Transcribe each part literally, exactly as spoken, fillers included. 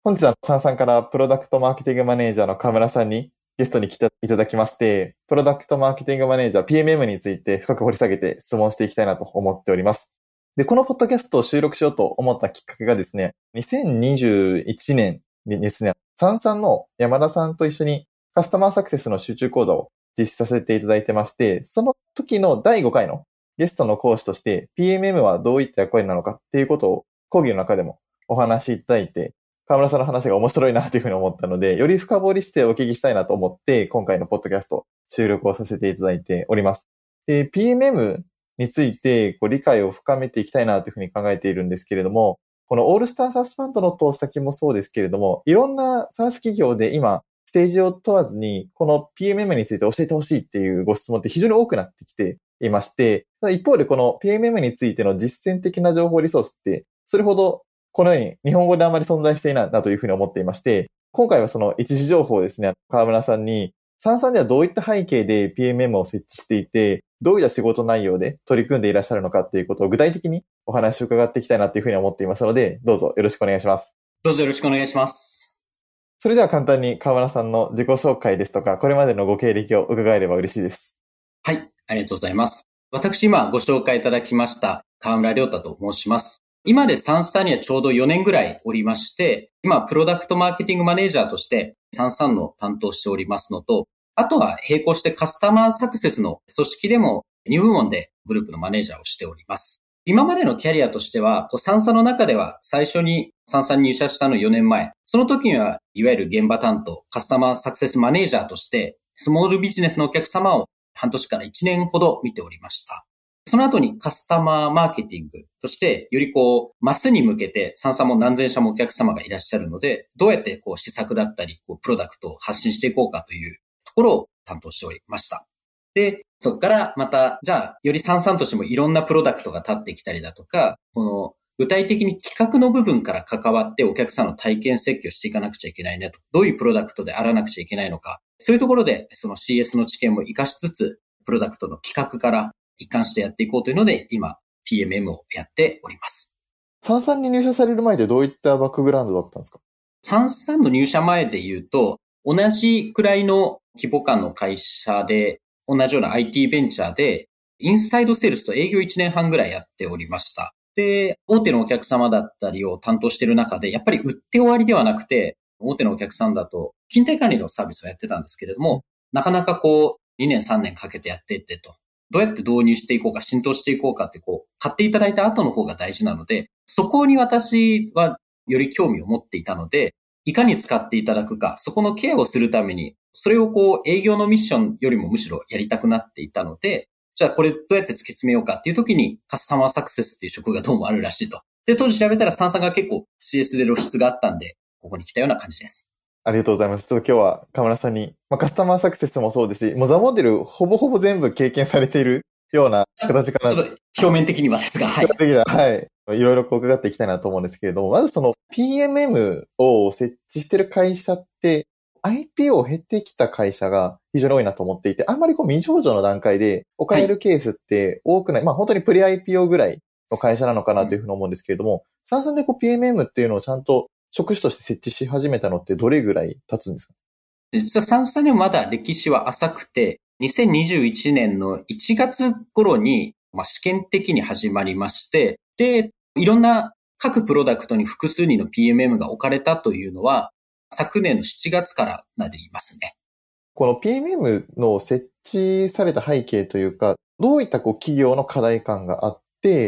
本日はサンさんからプロダクトマーケティングマネージャーの河村さんにゲストに来ていただきまして、プロダクトマーケティングマネージャー ピーエムエム について深く掘り下げて質問していきたいなと思っております。で、このポッドキャストを収録しようと思ったきっかけがですね、にせんにじゅういちねんにですね、サンさんの山田さんと一緒にカスタマーサクセスの集中講座を実施させていただいてまして、その時のだいごかいのゲストの講師として ピーエムエム はどういった役割なのかっていうことを講義の中でもお話しいただいて、河村さんの話が面白いなというふうに思ったので、より深掘りしてお聞きしたいなと思って、今回のポッドキャスト収録をさせていただいております。で、ピーエムエム についてこう理解を深めていきたいなというふうに考えているんですけれども、このオールスターサースファンドの投資先もそうですけれども、いろんなサース企業で今、ステージを問わずに、この ピーエムエム について教えてほしいっていうご質問って非常に多くなってきていまして、ただ一方でこの ピーエムエム についての実践的な情報リソースって、それほどこのように日本語であまり存在していないなというふうに思っていまして、今回はその一時情報をですね、河村さんに、サンさんではどういった背景で ピーエムエム を設置していて、どういった仕事内容で取り組んでいらっしゃるのかっていうことを具体的にお話を伺っていきたいなというふうに思っていますので、どうぞよろしくお願いします。 どうぞよろしくお願いします。 それでは簡単に河村さんの自己紹介ですとか、これまでのご経歴を伺えれば嬉しいです。 はい、ありがとうございます。私今ご紹介いただきました河村亮太と申します。今でサンスタにはちょうどよねんぐらいおりまして、今プロダクトマーケティングマネージャーとしてサンスタの担当しておりますのと、あとは並行してカスタマーサクセスの組織でもに部門でグループのマネージャーをしております。今までのキャリアとしては、サンサの中では最初にサンサに入社したのよねんまえ。その時にはいわゆる現場担当、カスタマーサクセスマネージャーとして、スモールビジネスのお客様を半年からいちねんほど見ておりました。その後にカスタマーマーケティングとして、よりこう、マスに向けてサンサも何千社もお客様がいらっしゃるので、どうやってこう施策だったり、こうプロダクトを発信していこうかというところを担当しておりました。で、そこからまた、じゃあ、よりサンサンとしてもいろんなプロダクトが立ってきたりだとか、この具体的に企画の部分から関わってお客さんの体験設計をしていかなくちゃいけないねと。どういうプロダクトであらなくちゃいけないのか。そういうところで、その シーエス の知見も活かしつつ、プロダクトの企画から一貫してやっていこうというので、今、ピーエムエム をやっております。 サンさんに入社される前でどういったバックグラウンドだったんですか？ サンさんの入社前で言うと、同じくらいの規模感の会社で、同じような アイティー ベンチャーで、インサイドセールスと営業いちねんはんぐらいやっておりました。で、大手のお客様だったりを担当している中で、やっぱり売って終わりではなくて、大手のお客さんだと、勤怠管理のサービスをやってたんですけれども、なかなかこう、にねんさんねんかけてやっていってと、どうやって導入していこうか、浸透していこうかってこう、買っていただいた後の方が大事なので、そこに私はより興味を持っていたので、いかに使っていただくか、そこのケアをするために、それをこう営業のミッションよりもむしろやりたくなっていたので、じゃあこれどうやって突き詰めようかっていう時にカスタマーサクセスっていう職がどうもあるらしいと。で、当時調べたらサンサが結構 シーエス で露出があったんで、ここに来たような感じです。 ありがとうございます。ちょっと今日は河村さんに、まあ、カスタマーサクセスもそうですし、もうザモデルほぼほぼ全部経験されているような形かな。 ちょっと表面的にはですが、はい。 表面的には、はい。いろいろこう伺っていきたいなと思うんですけれども、まずその ピーエムエム を設置している会社って、アイピーオー を経てきた会社が非常に多いなと思っていて、あんまりこう未上場の段階で置かれるケースって多くない、はい、まあ本当にプレ アイピーオー ぐらいの会社なのかなというふうに思うんですけれども、サンサンでこう ピーエムエム っていうのをちゃんと職種として設置し始めたのってどれぐらい経つんですか？ 実はサンサンでもまだ歴史は浅くて、にせんにじゅういちねんのいちがつ頃に、まあ、試験的に始まりまして、で、いろんな各プロダクトに複数人の ピーエムエム が置かれたというのは、昨年のしちがつからなりますね。 この ピーエムエム の設置された背景というか、どういったこう企業の課題感があって、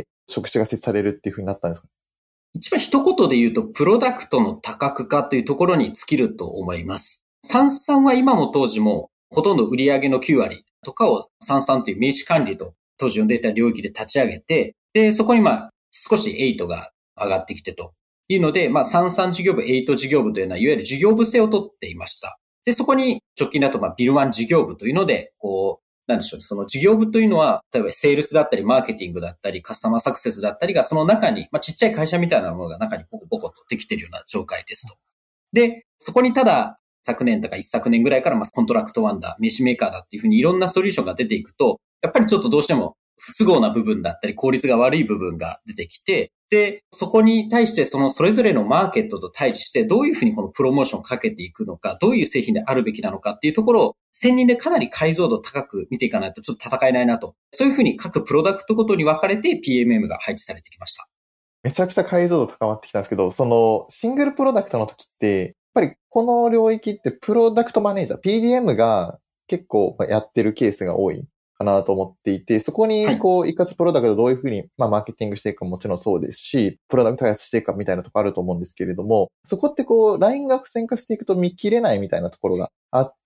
職種が設置されるっていうふうになったんですか？ 一番一言で言うと、プロダクトの多角化というところに尽きると思います。サンサンは今も当時も、ほとんど売上のきゅうわりとかをサンサンという名刺管理と当時呼んでいた領域で立ち上げて、で、そこにまあ少しエイトが上がってきてというので、まあサンサン事業部、エイト事業部というのは、いわゆる事業部制を取っていました。で、そこに直近だとまあビルワン事業部というので、こう、なんでしょう、その事業部というのは、例えばセールスだったり、マーケティングだったり、カスタマーサクセスだったりが、その中に、まあちっちゃい会社みたいなものが中にポコポコとできているような状態ですと。で、そこにただ、昨年とか一昨年ぐらいから、まあコントラクトワンダー、名刺メーカーだっていうふうにいろんなソリューションが出ていくと、やっぱりちょっとどうしても不都合な部分だったり、効率が悪い部分が出てきて、 で、そこに対してそのそれぞれのマーケットと対峙してどういうふうにこのプロモーションをかけていくのか、どういう製品であるべきなのかっていうところを専任でかなり解像度高く見ていかないとちょっと戦えないなと。そういうふうに各プロダクトごとに分かれて ピーエムエム が配置されてきました。 めちゃくちゃ解像度高まってきたんですけど、そのシングルプロダクトの時って、やっぱりこの領域ってプロダクトマネージャー、ピーディーエム が結構やってるケースが多いかなと思っていて、そこにこう、一括プロダクトをどういうふうに、まあ、マーケティングしていくかももちろんそうですし、プロダクト開発していくかみたいなところあると思うんですけれども、そこってこう、ラインが付箋化していくと見切れないみたいなところがあって、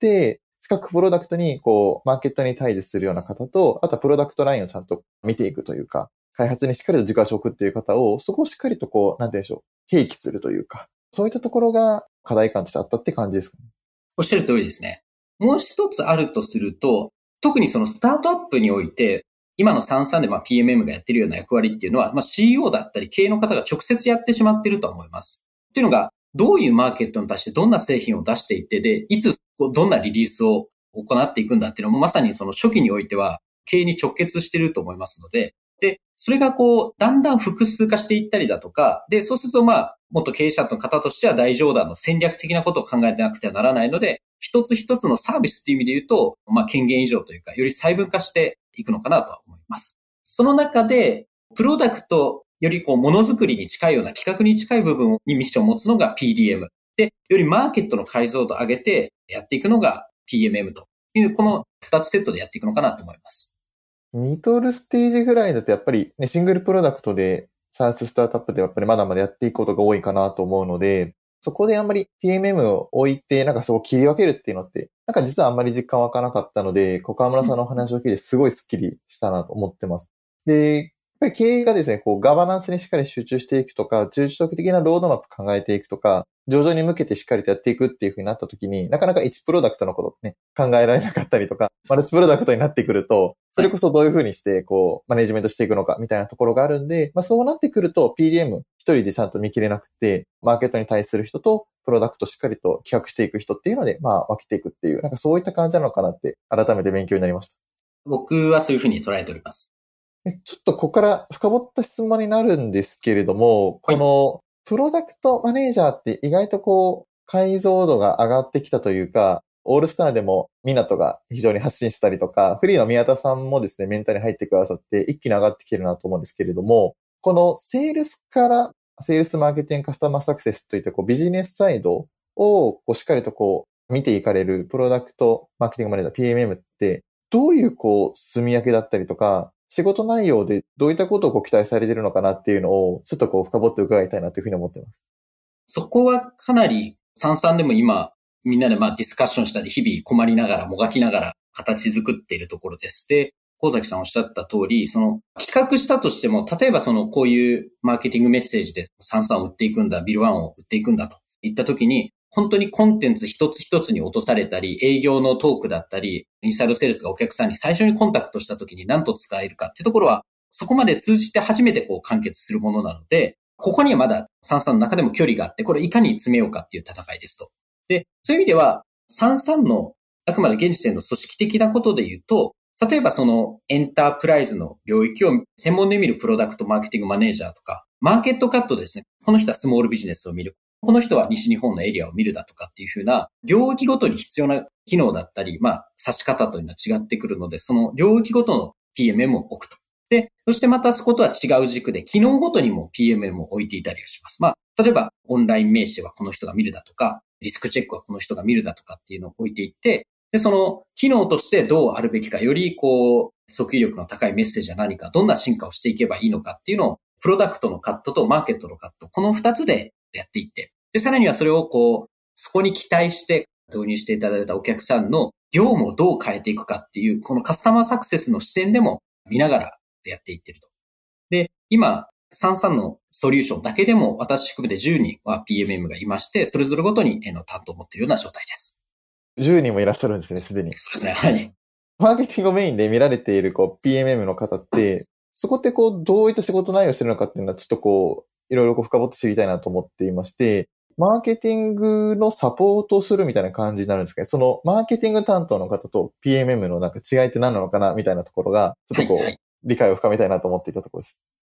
各プロダクトにこう、マーケットに対峙するような方と、あとはプロダクトラインをちゃんと見ていくというか、開発にしっかりと軸足を置くっていう方を、そこをしっかりとこう、なんて言うんでしょう、併記するというか、そういったところが課題感としてあったって感じですかね。 おっしゃる通りですね。もう一つあるとすると、特にそのスタートアップにおいて、今のさんじゅうさんでまあ ピーエムエム がやってるような役割っていうのは、まあ シーイーオー だったり経営の方が直接やってしまってると思います。っていうのが、どういうマーケットに対してどんな製品を出していって、で、いつどんなリリースを行っていくんだっていうのもまさにその初期においては経営に直結してると思いますので、で、それがこう、だんだん複数化していったりだとか、で、そうするとまあ、元経営者の方としては大上段の戦略的なことを考えてなくてはならないので、一つ一つのサービスっていう意味で言うと、まあ、権限以上というか、より細分化していくのかなとは思います。その中で、プロダクトよりこう、ものづくりに近いような企画に近い部分にミッションを持つのが ピーディーエム。で、よりマーケットの解像度を上げてやっていくのが ピーエムエム という、この二つセットでやっていくのかなと思います。 ミドルステージぐらいだとやっぱりね、シングルプロダクトで、サーススタートアップでやっぱりまだまだやっていくことが多いかなと思うので、そこであんまり ピーエムエム を置いて、なんかそこを切り分けるっていうのって、なんか実はあんまり実感湧かなかったので、小川村さんのお話を聞いてすごいスッキリしたなと思ってます。で、やっぱり経営がですね、こうガバナンスにしっかり集中していくとか、中長期的なロードマップ考えていくとか、上場に向けてしっかりとやっていくっていう風になった時に、なかなかいちプロダクトのことね、考えられなかったりとか、マルチプロダクトになってくると、それこそどういう風にして、こう、マネジメントしていくのかみたいなところがあるんで、まあそうなってくると ピーディーエム 一人でちゃんと見切れなくて、マーケットに対する人と、プロダクトしっかりと企画していく人っていうので、まあ分けていくっていう、なんかそういった感じなのかなって、改めて勉強になりました。 僕はそういうふうに捉えております。 ちょっとここから深掘った質問になるんですけれども、このプロダクトマネージャーって意外とこう解像度が上がってきたというか、オールスターでもミナトが非常に発信したりとか、フリーの宮田さんもですね、メンターに入ってくださって一気に上がってきてるなと思うんですけれども、このセールスからセールスマーケティングカスタマーサクセスといったこうビジネスサイドをこうしっかりとこう見ていかれるプロダクトマーケティングマネージャー ピーエムエム ってどういうこう住み分けだったりとか、仕事内容でどういったことをこう期待されているのかなっていうのを、ちょっとこう深掘って伺いたいなというふうに思っています。 そこはかなり、さんじゅうさんでも今、みんなでまあディスカッションしたり、日々困りながら、もがきながら形作っているところです。で、神崎さんおっしゃった通り、その企画したとしても、例えばそのこういうマーケティングメッセージでさんじゅうさんを売っていくんだ、ビルワンを売っていくんだといったときに、本当にコンテンツ一つ一つに落とされたり、営業のトークだったり、インサイドセールスがお客さんに最初にコンタクトしたときに何と使えるかっていうところは、そこまで通じて初めてこう完結するものなので、ここにはまださんじゅうさんの中でも距離があって、これいかに詰めようかっていう戦いですと。で、そういう意味では、さんじゅうさんのあくまで現時点の組織的なことで言うと、例えばそのエンタープライズの領域を専門で見るプロダクトマーケティングマネージャーとか、マーケットカットですね。この人はスモールビジネスを見る。この人は西日本のエリアを見るだとかっていうふうな、領域ごとに必要な機能だったり、まあ、指し方というのは違ってくるので、その領域ごとの ピーエムエム を置くと。で、そしてまたそことは違う軸で、機能ごとにも ピーエムエム を置いていたりします。まあ、例えば、オンライン名刺はこの人が見るだとか、リスクチェックはこの人が見るだとかっていうのを置いていって、で、その機能としてどうあるべきか、よりこう、訴求力の高いメッセージは何か、どんな進化をしていけばいいのかっていうのを、プロダクトのカットとマーケットのカット、この二つでやっていって、で、さらにはそれをこう、そこに期待して導入していただいたお客さんの業務をどう変えていくかっていう、このカスタマーサクセスの視点でも見ながらやっていってると。で、今、さんじゅうさんのソリューションだけでも私含めてじゅうにんは ピーエムエム がいまして、それぞれごとにの担当を持っているような状態です。 じゅうにんもいらっしゃるんですね、すでに。 そうですね、はい。 マーケティングをメインで見られているこう ピーエムエム の方って、そこってこう、どういった仕事内容をしているのかっていうのはちょっとこう、いろいろこう深掘って知りたいなと思っていまして、マーケティングのサポートをするみたいな感じになるんですかね。そのマーケティング担当の方と ピーエムエム のなんか違いって何なのかなみたいなところが、ちょっとこう、はいはい、理解を深めたいなと思っていたところです。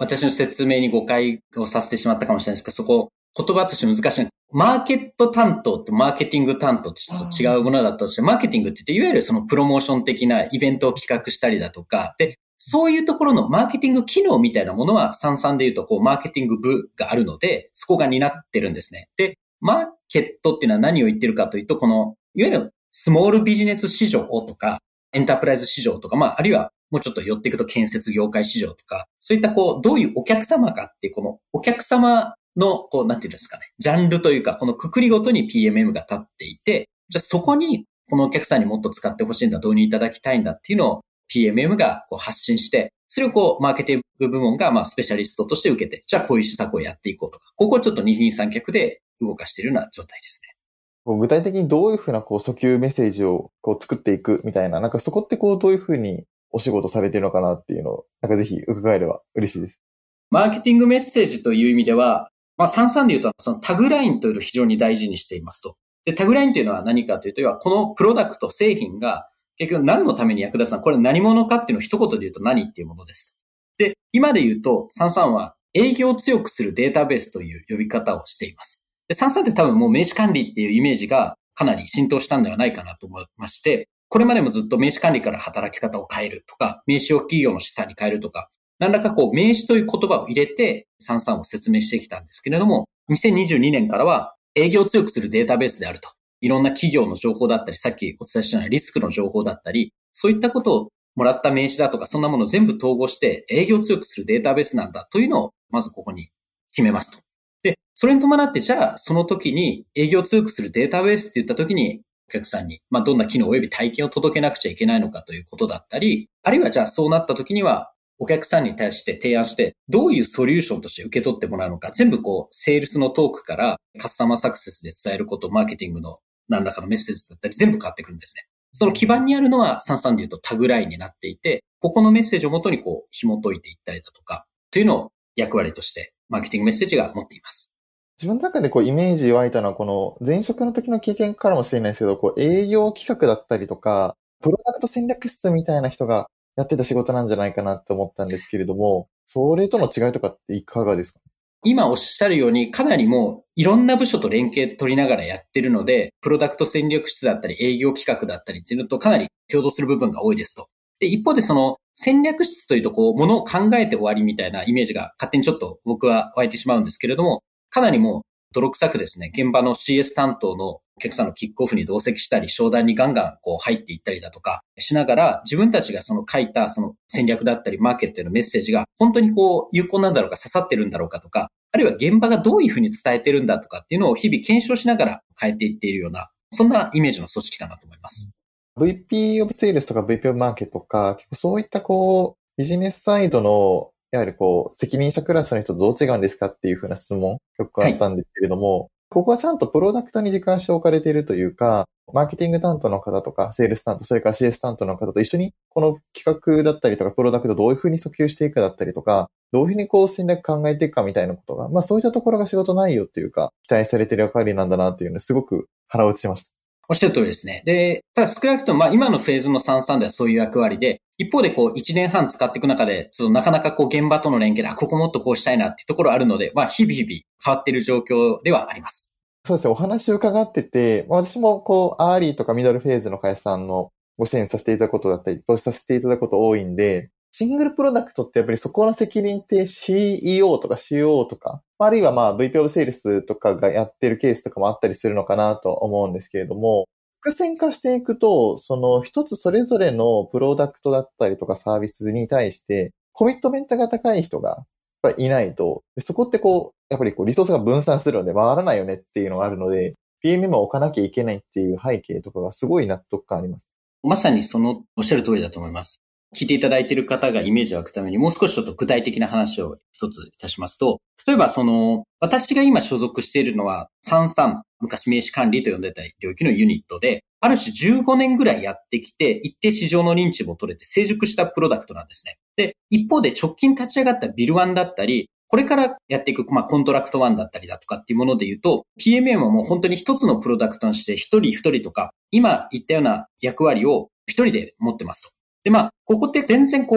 私の説明に誤解をさせてしまったかもしれないですけど、そこ、言葉として難しい。マーケット担当とマーケティング担当ってちょっと違うものだったとして、マーケティングって言って、いわゆるそのプロモーション的なイベントを企画したりだとか、で、そういうところのマーケティング機能みたいなものは、サンサンで言うと、こう、マーケティング部があるので、そこが担ってるんですね。で、マーケットっていうのは何を言ってるかというと、この、いわゆるスモールビジネス市場とか、エンタープライズ市場とか、まあ、あるいはもうちょっと寄っていくと建設業界市場とか、そういったこう、どういうお客様かっていう、このお客様の、こう、なんていうんですかね、ジャンルというか、この括りごとに ピーエムエム が立っていて、じゃあそこに、このお客さんにもっと使ってほしいんだ、導入いただきたいんだっていうのを ピーエムエム がこう発信して、それをこう、マーケティング部門がまあスペシャリストとして受けて、じゃあこういう施策をやっていこうとか、ここをちょっと二人三脚で動かしているような状態ですね。 具体的にどういうふうなこう訴求メッセージをこう作っていくみたいな、なんかそこってこうどういうふうにお仕事されているのかなっていうのを、なんかぜひ伺えれば嬉しいです。 マーケティングメッセージという意味では、まあさんさんで言うとそのタグラインというのを非常に大事にしていますと。で、タグラインというのは何かというと、要はこのプロダクト、製品が結局何のために役立つのか、これ何者かっていうのを一言で言うと何っていうものです。で、今で言うとさんさんは営業を強くするデータベースという呼び方をしています。で、さんさんって多分もう名刺管理っていうイメージがかなり浸透したんではないかなと思いまして、これまでもずっと名刺管理から働き方を変えるとか、名刺を企業の資産に変えるとか、何らかこう名刺という言葉を入れてさんさんを説明してきたんですけれども、にせんにじゅうにねんからは営業を強くするデータベースであると。いろんな企業の情報だったり、さっきお伝えしたようなリスクの情報だったり、そういったことをもらった名刺だとか、そんなものを全部統合して営業を強くするデータベースなんだというのをまずここに決めますと。で、それに伴って、じゃあその時に営業を強くするデータベースって言った時に、お客さんに、まあ、どんな機能及び体験を届けなくちゃいけないのかということだったり、あるいはじゃあそうなった時には、お客さんに対して提案して、どういうソリューションとして受け取ってもらうのか、全部こう、セールスのトークからカスタマーサクセスで伝えること、マーケティングの何らかのメッセージだったり、全部変わってくるんですね。その基盤にあるのは、さんさんで言うとタグラインになっていて、ここのメッセージをもとにこう、紐解いていったりだとか、というのを役割として、マーケティングメッセージが持っています。 自分の中でこうイメージ湧いたのは、この前職の時の経験からもしれないですけど、こう営業企画だったりとか、プロダクト戦略室みたいな人がやってた仕事なんじゃないかなと思ったんですけれども、それとの違いとかっていかがですか？ 今おっしゃるように、かなりもういろんな部署と連携取りながらやってるので、プロダクト戦略室だったり営業企画だったりっていうのとかなり共同する部分が多いですと。で、一方でその戦略室というとこう、ものを考えて終わりみたいなイメージが勝手にちょっと僕は湧いてしまうんですけれども、かなりもう泥臭くですね、現場の シーエス 担当のお客さんのキックオフに同席したり、商談にガンガンこう入っていったりだとかしながら、自分たちがその書いたその戦略だったりマーケットへのメッセージが本当にこう有効なんだろうか、刺さってるんだろうかとか、あるいは現場がどういうふうに伝えてるんだとかっていうのを日々検証しながら変えていっているような、そんなイメージの組織かなと思います。 ブイピー オブセールスとか ブイピー オブマーケットとか、結構そういったこう、ビジネスサイドの、やはりこう、責任者クラスの人とどう違うんですかっていうふうな質問、よくあったんですけれども、はい、ここはちゃんとプロダクトに軸足を置かれているというか、マーケティング担当の方とか、セールス担当、それから シーエス 担当の方と一緒に、この企画だったりとか、プロダクトをどういうふうに訴求していくだったりとか、どういうふうにこう戦略考えていくかみたいなことが、まあそういったところが仕事内容っていうか、期待されている役割なんだなっていうのをすごく腹落ちしました。 おっしゃる通りですね。で、ただ少なくともまあ今のフェーズのさんさんではそういう役割で、一方でこういちねんはん使っていく中で、ちょっとなかなかこう現場との連携で、あ、ここもっとこうしたいなっていうところあるので、まあ日々日々変わっている状況ではあります。 そうですね、お話を伺ってて、私もこう、アーリーとかミドルフェーズの会社さんのご支援させていただくことだったり、投資させていただくこと多いんで、シングルプロダクトってやっぱりそこの責任って シーイーオー とか シーオーオー とか、あるいはまあ ブイピー オブセールスとかがやってるケースとかもあったりするのかなと思うんですけれども、複線化していくと、その一つそれぞれのプロダクトだったりとかサービスに対してコミットメントが高い人がいないと、そこってこう、やっぱりこうリソースが分散するので回らないよねっていうのがあるので、ピーエムエム を置かなきゃいけないっていう背景とかがすごい納得感あります。 まさにそのおっしゃる通りだと思います。聞いていただいている方がイメージを湧くためにもう少しちょっと具体的な話を一ついたしますと、例えばその、私が今所属しているのはさんさん、昔名刺管理と呼んでた領域のユニットで、ある種じゅうごねんぐらいやってきて、一定市場の認知も取れて成熟したプロダクトなんですね。で、一方で直近立ち上がったビルワンだったり、これからやっていく、まあ、コントラクトワンだったりだとかっていうもので言うと、ピーエムエム はもう本当に一つのプロダクトにして一人一人とか、今言ったような役割を一人で持ってますと。で、まあ、ここって全然こう、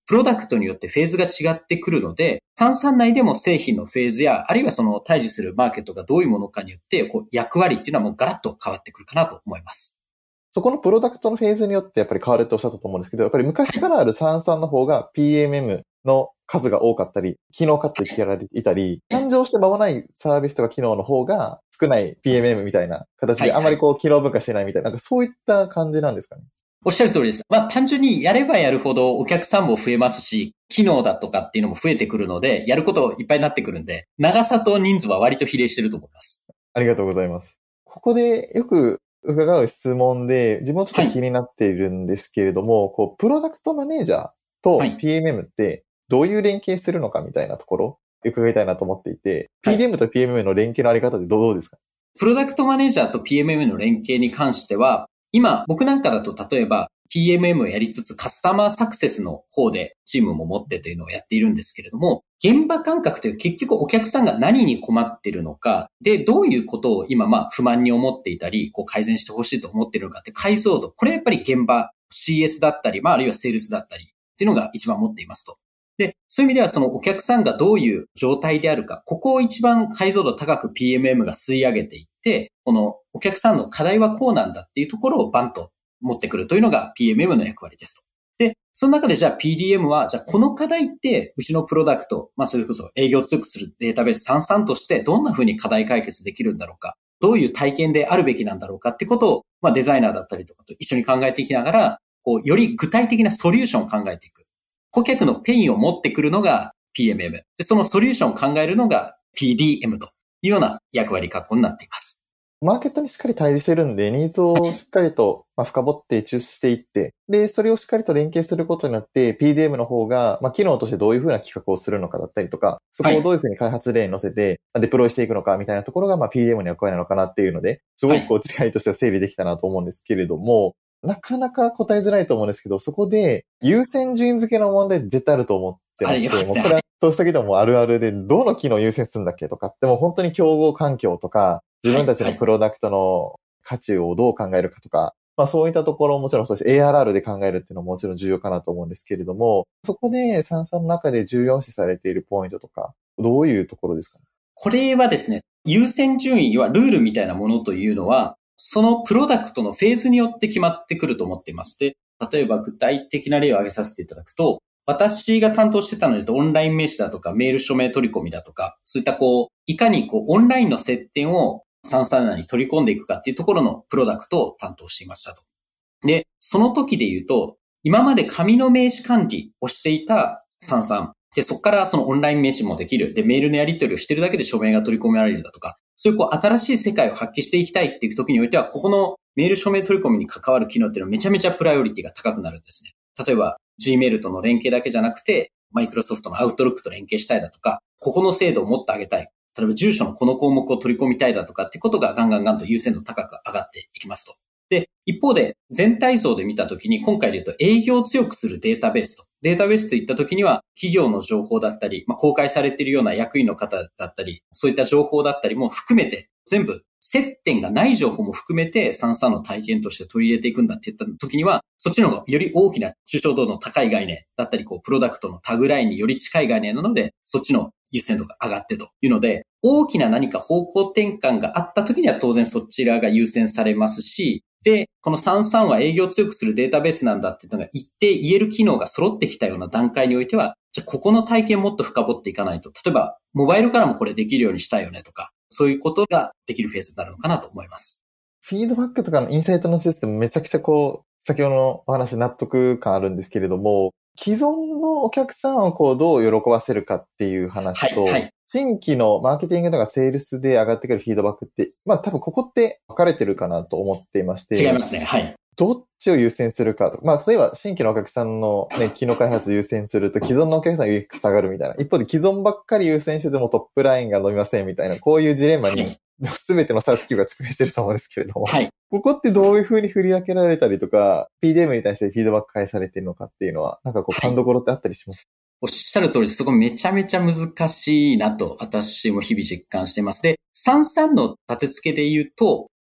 プロダクトによってフェーズが違ってくるので、さんさん内でも製品のフェーズや、あるいはその対峙するマーケットがどういうものかによって、こう役割っていうのはもうガラッと変わってくるかなと思います。 そこのプロダクトのフェーズによってやっぱり変わるっておっしゃったと思うんですけど、やっぱり昔からあるさんさんの方が ピーエムエム の数が多かったり、機能化って聞かれていたり、誕生して間もないサービスとか機能の方が少ない ピーエムエム みたいな形で、あまりこう機能分化してないみたいな、なんかそういった感じなんですかね。 おっしゃる通りです。まあ単純にやればやるほどお客さんも増えますし、機能だとかっていうのも増えてくるので、やることいっぱいになってくるんで、長さと人数は割と比例してると思います。 ありがとうございます。ここでよく伺う質問で、自分もちょっと気になっているんですけれども、はい、こう、プロダクトマネージャーと ピーエムエム ってどういう連携するのかみたいなところ、伺いたいなと思っていて、はい、ピーディーエム と ピーエムエム の連携のあり方ってどうですか？ プロダクトマネージャーと ピーエムエム の連携に関しては、今、僕なんかだと例えば ピーエムエム をやりつつカスタマーサクセスの方でチームも持ってというのをやっているんですけれども、現場感覚という結局お客さんが何に困っているのか、で、どういうことを今まあ不満に思っていたり、こう改善してほしいと思っているのかって解像度、これやっぱり現場 シーエス だったり、まああるいはセールスだったりっていうのが一番持っていますと。で、そういう意味ではそのお客さんがどういう状態であるか、ここを一番解像度高く ピーエムエム が吸い上げていって、このお客さんの課題はこうなんだっていうところをバンと持ってくるというのが ピーエムエム の役割ですと。で、その中でじゃあ ピーディーエム は、じゃあこの課題ってうちのプロダクト、まあそれこそ営業を強くするデータベースさんさんとしてどんな風に課題解決できるんだろうか、どういう体験であるべきなんだろうかってことを、まあデザイナーだったりとかと一緒に考えていきながら、こうより具体的なソリューションを考えていく。顧客のペインを持ってくるのが ピーエムエム。で、そのソリューションを考えるのが ピーディーエム というような役割格好になっています。 マーケットにしっかり対峙してるんで、ニーズをしっかりと深掘って抽出していって、で、それをしっかりと連携することによって、ピーディーエム の方が、まあ、機能としてどういうふうな企画をするのかだったりとか、そこをどういうふうに開発例に乗せて、デプロイしていくのかみたいなところが、まあ、ピーディーエム の役割なのかなっていうので、すごくこう、違いとしては整理できたなと思うんですけれども、なかなか答えづらいと思うんですけど、そこで優先順位付けの問題絶対あると思ってまして、 ね、 もうこれは投資先でもあるあるで、どの機能を優先するんだっけとかっても本当に競合環境とか、自分たちのプロダクトの価値をどう考えるかとか、はいはい、まあそういったところももちろんそうして エーアールアール で考えるっていうのももちろん重要かなと思うんですけれども、そこでさんさんの中で重要視されているポイントとか、どういうところですかね？ これはですね、優先順位はルールみたいなものというのは、そのプロダクトのフェーズによって決まってくると思っています。で、例えば具体的な例を挙げさせていただくと、私が担当してたのでオンライン名刺だとかメール署名取り込みだとか、そういったこう、いかにこうオンラインの接点をさんさんななに取り込んでいくかっていうところのプロダクトを担当していましたと。で、その時で言うと、今まで紙の名刺管理をしていたさんさん。で、そこからそのオンライン名刺もできる。で、メールのやり取りをしてるだけで署名が取り込められるだとか、そういうこう新しい世界を発揮していきたいっていう時においては、ここのメール署名取り込みに関わる機能っていうのはめちゃめちゃプライオリティが高くなるんですね。例えば、Gmail との連携だけじゃなくて、Microsoft の Outlook と連携したいだとか、ここの精度をもっと上げたい。例えば、住所のこの項目を取り込みたいだとかってことがガンガンガンと優先度高く上がっていきますと。で、一方で全体像で見たときに今回で言うと営業を強くするデータベースと。データベースといったときには企業の情報だったり、まあ、公開されているような役員の方だったり、そういった情報だったりも含めて全部接点がない情報も含めてさんさんの体験として取り入れていくんだって言ったときには、そっちの方がより大きな抽象度の高い概念だったり、こうプロダクトのタグラインにより近い概念なので、そっちの優先度が上がってというので、大きな何か方向転換があったときには当然そちらが優先されますし、で、このさんさんは営業を強くするデータベースなんだっていうのが一定言える機能が揃ってきたような段階においては、じゃあここの体験もっと深掘っていかないと、例えばモバイルからもこれできるようにしたいよねとか、そういうことができるフェーズになるのかなと思います。 フィードバックとかのインサイトのシステムめちゃくちゃこう、先ほどのお話納得感あるんですけれども、既存のお客さんをこうどう喜ばせるかっていう話と、はいはい、新規のマーケティングとかセールスで上がってくるフィードバックって、まあ多分ここって分かれてるかなと思っていまして。 違いますね。はい。 どっちを優先するかと。まあ例えば新規のお客さんのね、機能開発優先すると既存のお客さんが ユーエックス 下がるみたいな。一方で既存ばっかり優先しててもトップラインが伸びませんみたいな、こういうジレンマに全てのサースキューが直面してると思うんですけれども。はい。ここってどういう風に振り分けられたりとか、ピーディーエム に対してフィードバック返されているのかっていうのは、なんかこう勘どころってあったりします？ はい、おっしゃる通りです。そこめちゃめちゃ難しいなと私も日々実感しています。で、さんさんの立て付けで言うと、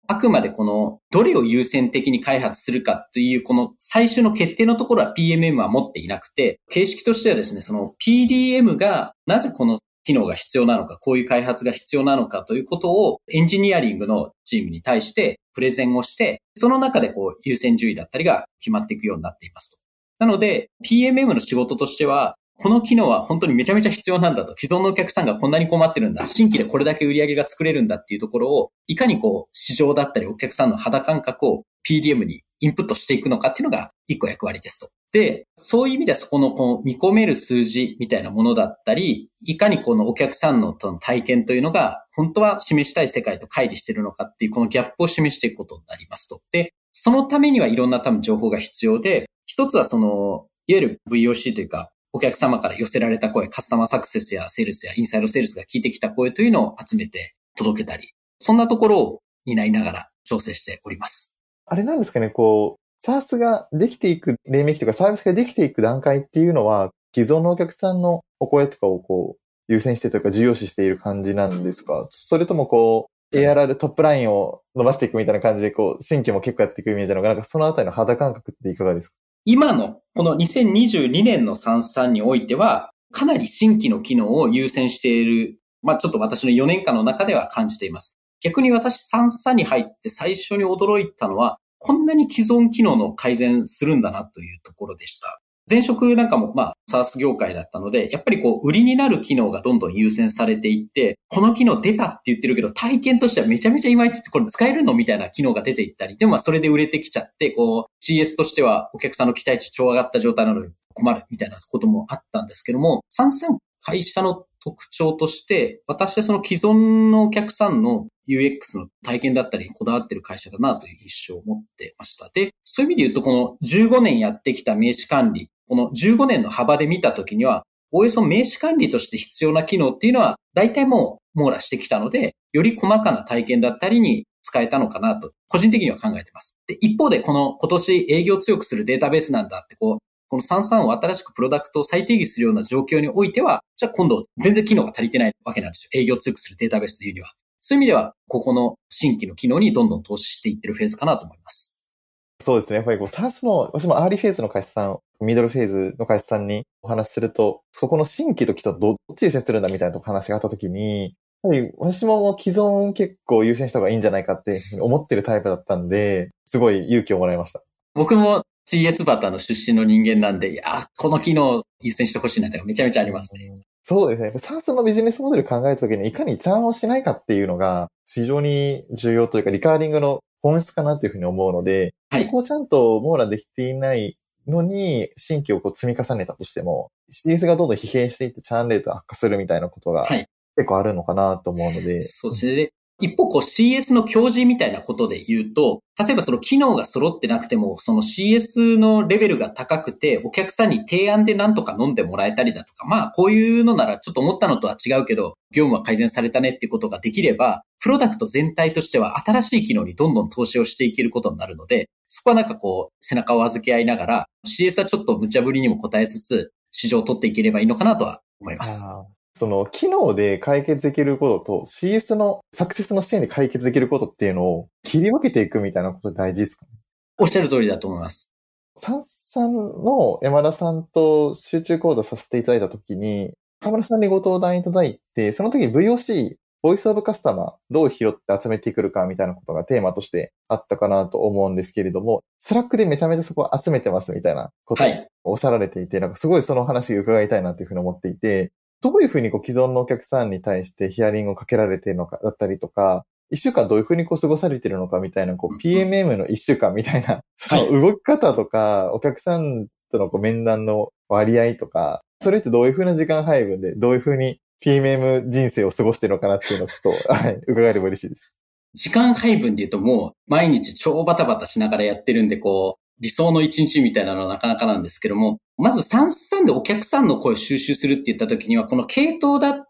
あくまでこの、どれを優先的に開発するかという、この最終の決定のところは ピーエムエム は持っていなくて、形式としてはですね、その ピーディーエム がなぜこの機能が必要なのか、こういう開発が必要なのかということをエンジニアリングのチームに対してプレゼンをして、その中でこう優先順位だったりが決まっていくようになっていますと。なので、ピーエムエム の仕事としては、この機能は本当にめちゃめちゃ必要なんだと。既存のお客さんがこんなに困ってるんだ。新規でこれだけ売り上げが作れるんだっていうところを、いかにこう、市場だったりお客さんの肌感覚を ピーディーエム にインプットしていくのかっていうのが一個役割ですと。で、そういう意味ではそこのこの見込める数字みたいなものだったり、いかにこのお客さんの体験というのが本当は示したい世界と乖離しているのかっていうこのギャップを示していくことになりますと。で、そのためにはいろんな多分情報が必要で、一つはその、いわゆる ブイオーシー というか、お客様から寄せられた声、カスタマーサクセスやセールスやインサイドセールスが聞いてきた声というのを集めて届けたり、そんなところを担いながら調整しております。 あれなんですかね、こう、SaaS ができていく、黎明期とかサービスができていく段階っていうのは、既存のお客さんのお声とかをこう、優先してというか重要視している感じなんですか？それともこう、エーアールアール トップラインを伸ばしていくみたいな感じで、こう、新規も結構やっていくイメージなのか、なんかそのあたりの肌感覚っていかがですか？ 今のこのにせんにじゅうにねんのサンスさんにおいては、かなり新規の機能を優先している、まあちょっと私のよねんかんの中では感じています。逆に私サンスさんに入って最初に驚いたのは、こんなに既存機能の改善するんだなというところでした。前職なんかもまあ SaaS 業界だったので、やっぱりこう売りになる機能がどんどん優先されていって、この機能出たって言ってるけど体験としてはめちゃめちゃいまいちこれ使えるのみたいな機能が出ていったり、でもまあそれで売れてきちゃって、こう シーエス としてはお客さんの期待値超上がった状態なのに困るみたいなこともあったんですけども、サンスさん会社の特徴として、私はその既存のお客さんの ユーエックス の体験だったりにこだわっている会社だなという印象を持ってました。で、そういう意味で言うとこのじゅうごねんやってきた名刺管理、このじゅうごねんの幅で見たときには、おおよそ名刺管理として必要な機能っていうのは大体もう網羅してきたので、より細かな体験だったりに使えたのかなと、個人的には考えています。で、一方でこの今年営業を強くするデータベースなんだってこう、このサンスさんを新しくプロダクトを再定義するような状況においては、じゃあ今度全然機能が足りてないわけなんですよ。営業を強くするデータベースというには。そういう意味では、ここの新規の機能にどんどん投資していってるフェーズかなと思います。 そうですね。やっぱりこう SaaS の、私もアーリーフェーズの会社さん、ミドルフェーズの会社さんにお話しすると、そこの新規と基礎どっち優先するんだみたいな話があったときに、やはり私ももう既存結構優先した方がいいんじゃないかって思ってるタイプだったんで、すごい勇気をもらいました。 僕も シーエス バターの出身の人間なんで、いや、この機能を優先してほしいなってめちゃめちゃありますね。 そうですね。SaaS のビジネスモデル考えたときにいかにチャーンをしないかっていうのが非常に重要というか、リカーリングの本質かなというふうに思うので、はい、そこをちゃんと網羅できていないのに、新規をこう積み重ねたとしても、シーエス がどんどん疲弊していってチャーンレート悪化するみたいなことが結構あるのかなと思うので。はい、 そうですね。一方、こう シーエス の教示みたいなことで言うと、例えばその機能が揃ってなくても、その シーエス のレベルが高くて、お客さんに提案で何とか飲んでもらえたりだとか、まあこういうのならちょっと思ったのとは違うけど、業務は改善されたねっていうことができれば、プロダクト全体としては新しい機能にどんどん投資をしていけることになるので、そこはなんかこう、背中を預け合いながら、シーエス はちょっと無茶ぶりにも応えつつ、市場を取っていければいいのかなとは思います。 その機能で解決できることと シーエス のサクセスの視点で解決できることっていうのを切り分けていくみたいなこと大事ですかね？ おっしゃる通りだと思います。 サンさんの山田さんと集中講座させていただいたときに、河村さんにご登壇いただいて、その時 ブイオーシー、ボイスオブカスタマー、どう拾って集めてくるかみたいなことがテーマとしてあったかなと思うんですけれども、スラックでめちゃめちゃそこ集めてますみたいなことをおっしゃられていて、はい、なんかすごいその話を伺いたいなというふうに思っていて、どういうふうにこう既存のお客さんに対してヒアリングをかけられているのかだったりとか、一週間どういうふうにこう過ごされているのかみたいな、こう ピーエムエム の一週間みたいな、その動き方とか、お客さんとのこう面談の割合とか、それってどういうふうな時間配分で、どういうふうに ピーエムエム 人生を過ごしているのかなっていうのをちょっと、はい、伺えれば嬉しいです。 時間配分で言うともう毎日超バタバタしながらやってるんで、こう、理想の一日みたいなのはなかなかなんですけども、まずサンスさんでお客さんの声を収集するって言った時には、この系統だって、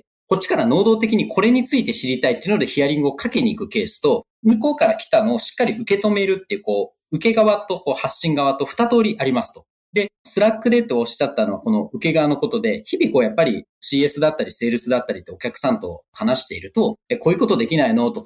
こっちから能動的にこれについて知りたいっていうのでヒアリングをかけに行くケースと、向こうから来たのをしっかり受け止めるっていう、こう、受け側とこう発信側と二通りありますと。で、スラックでとおっしゃったのはこの受け側のことで、日々こうやっぱり シーエス だったりセールスだったりってお客さんと話していると、え、こういうことできないのとか、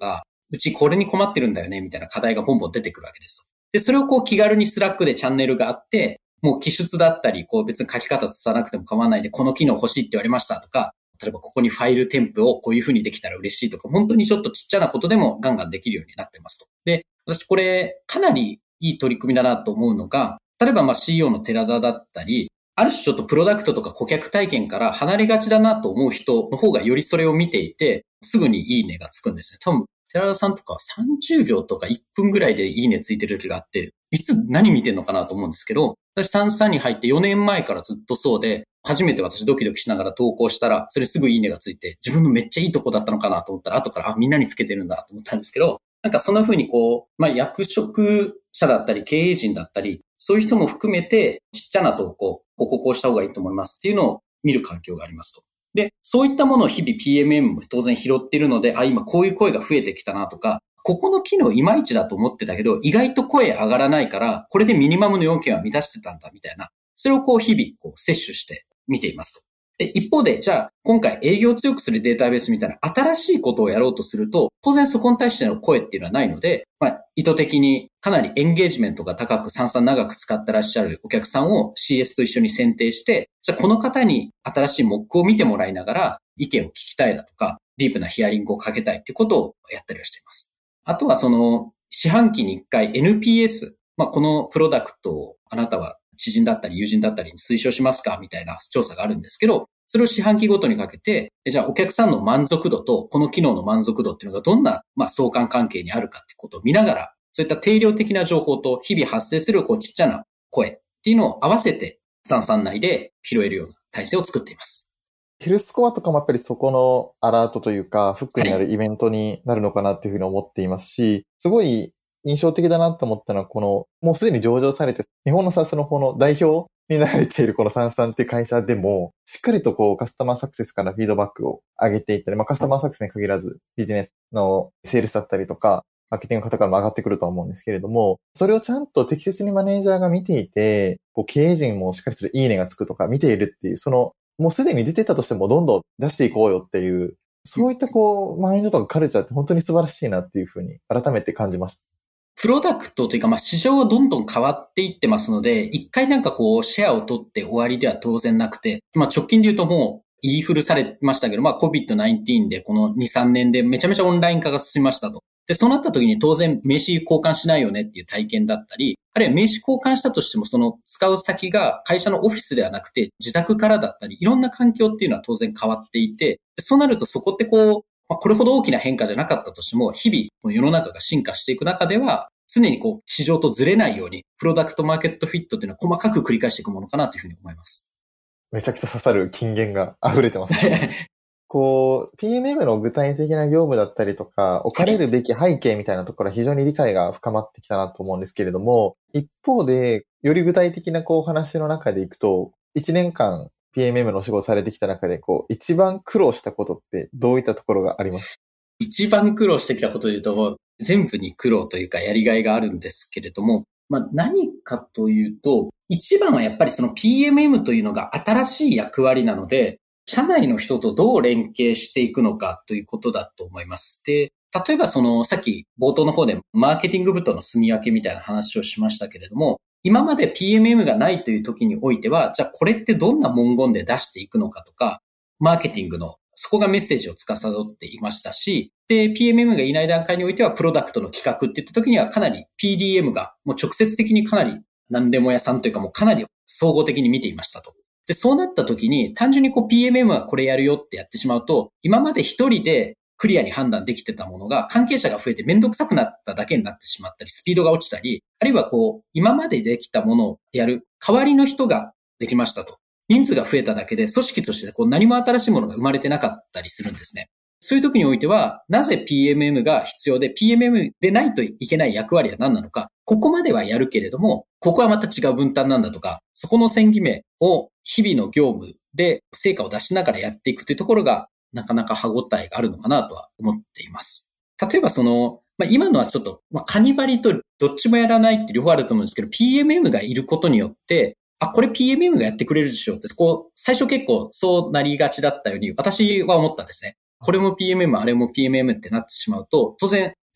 うちこれに困ってるんだよね、みたいな課題がボンボン出てくるわけですと。で、それをこう気軽にスラックでチャンネルがあって、もう記述だったり、こう別に書き方さなくても構わないで、この機能欲しいって言われましたとか、例えばここにファイル添付をこういう風にできたら嬉しいとか、本当にちょっとちっちゃなことでもガンガンできるようになってますと。で、私これかなりいい取り組みだなと思うのが、例えばまあ シーイーオー の寺田だったり、ある種ちょっとプロダクトとか顧客体験から離れがちだなと思う人の方がよりそれを見ていて、すぐにいいねがつくんですね。多分、寺田さんとかさんじゅうびょうとかいっぷんぐらいでいいねついてる時があって、いつ何見てんのかなと思うんですけど、私さんさんに入ってよねんまえからずっとそうで、初めて私ドキドキしながら投稿したら、それすぐいいねがついて、自分のめっちゃいいとこだったのかなと思ったら、後から、あ、みんなにつけてるんだと思ったんですけど、なんかそんな風にこう、まあ役職者だったり経営陣だったり、そういう人も含めてちっちゃな投稿、こここうした方がいいと思いますっていうのを見る環境がありますと。で、そういったものを日々 ピーエムエム も当然拾っているので、あ、今こういう声が増えてきたなとか、ここの機能いまいちだと思ってたけど、意外と声上がらないから、これでミニマムの要件は満たしてたんだみたいな、それをこう日々こう摂取して見ていますと。で、一方で、じゃあ今回営業を強くするデータベースみたいな新しいことをやろうとすると、当然そこに対しての声っていうのはないので、まあ意図的にかなりエンゲージメントが高く、さんさん長く使ってらっしゃるお客さんを シーエス と一緒に選定して、じゃあこの方に新しいモックを見てもらいながら意見を聞きたいだとか、ディープなヒアリングをかけたいっていうことをやったりはしています。あとはその四半期に一回 エヌピーエス、まあこのプロダクトをあなたは知人だったり友人だったりに推奨しますかみたいな調査があるんですけど、それを四半期ごとにかけて、じゃあお客さんの満足度とこの機能の満足度っていうのがどんな、まあ、相関関係にあるかってことを見ながら、そういった定量的な情報と日々発生するこうちっちゃな声っていうのを合わせてサンサン内で拾えるような体制を作っています。 ヘルスコアとかもやっぱりそこのアラートというか、フックになるイベントになるのかなっていうふうに思っていますし、はい、すごい印象的だなと思ったのは、この、もうすでに上場されて、日本の SaaS の方の代表になられているこのサンサンっていう会社でも、しっかりとこうカスタマーサクセスからフィードバックを上げていったり、まあカスタマーサクセスに限らずビジネスのセールスだったりとか、マーケティングの方からも上がってくるとは思うんですけれども、それをちゃんと適切にマネージャーが見ていて、こう経営陣もしっかりするいいねがつくとか見ているっていう、その、もうすでに出てたとしてもどんどん出していこうよっていう、そういったこう、マインドとかカルチャーって本当に素晴らしいなっていうふうに改めて感じました。 プロダクトというか、まあ、市場はどんどん変わっていってますので、一回なんかこう、シェアを取って終わりでは当然なくて、まあ、直近で言うともう、言い古されましたけど、まあ、コビッドナインティーン でこのに、さんねんでめちゃめちゃオンライン化が進みましたと。で、そうなった時に当然名刺交換しないよねっていう体験だったり、あるいは名刺交換したとしてもその使う先が会社のオフィスではなくて自宅からだったり、いろんな環境っていうのは当然変わっていて、そうなるとそこってこう、まあ、これほど大きな変化じゃなかったとしても、日々世の中が進化していく中では、常にこう市場とずれないように、プロダクトマーケットフィットっていうのは細かく繰り返していくものかなというふうに思います。 めちゃくちゃ刺さる金言が溢れてますね。こう、ピーエムエム の具体的な業務だったりとか、置かれるべき背景みたいなところは非常に理解が深まってきたなと思うんですけれども、一方で、より具体的なこうお話の中でいくと、いちねんかん ピーエムエム のお仕事されてきた中で、こう、一番苦労したことってどういったところがありますか？ 一番苦労してきたことで言うと、全部に苦労というかやりがいがあるんですけれども、まあ何かというと、一番はやっぱりその ピーエムエム というのが新しい役割なので、社内の人とどう連携していくのかということだと思います。で、例えばそのさっき冒頭の方でマーケティング部との住み分けみたいな話をしましたけれども、今まで ピーエムエム がないという時においては、じゃあこれってどんな文言で出していくのかとか、マーケティングのそこがメッセージを司っていましたし、で、ピーエムエム がいない段階においてはプロダクトの企画っていった時にはかなり ピーディーエム がもう直接的にかなり何でも屋さんというかもうかなり総合的に見ていましたと。で、そうなった時に単純にこう ピーエムエム はこれやるよってやってしまうと、今まで一人でクリアに判断できてたものが関係者が増えてめんどくさくなっただけになってしまったり、スピードが落ちたり、あるいはこう今までできたものをやる代わりの人ができましたと。人数が増えただけで組織としてこう何も新しいものが生まれてなかったりするんですね。そういう時においては、なぜ ピーエムエム が必要で ピーエムエム でないといけない役割は何なのか、ここまではやるけれども、ここはまた違う分担なんだとか、そこの線決めを日々の業務で成果を出しながらやっていくというところが、なかなか歯応えがあるのかなとは思っています。例えばその、まあ、今のはちょっと、まあ、カニバリとどっちもやらないって両方あると思うんですけど、ピーエムエム がいることによって、あ、これ ピーエムエム がやってくれるでしょうって、こう、最初結構そうなりがちだったように私は思ったんですね。これも ピーエムエム、あれも ピーエムエム ってなってしまうと、当然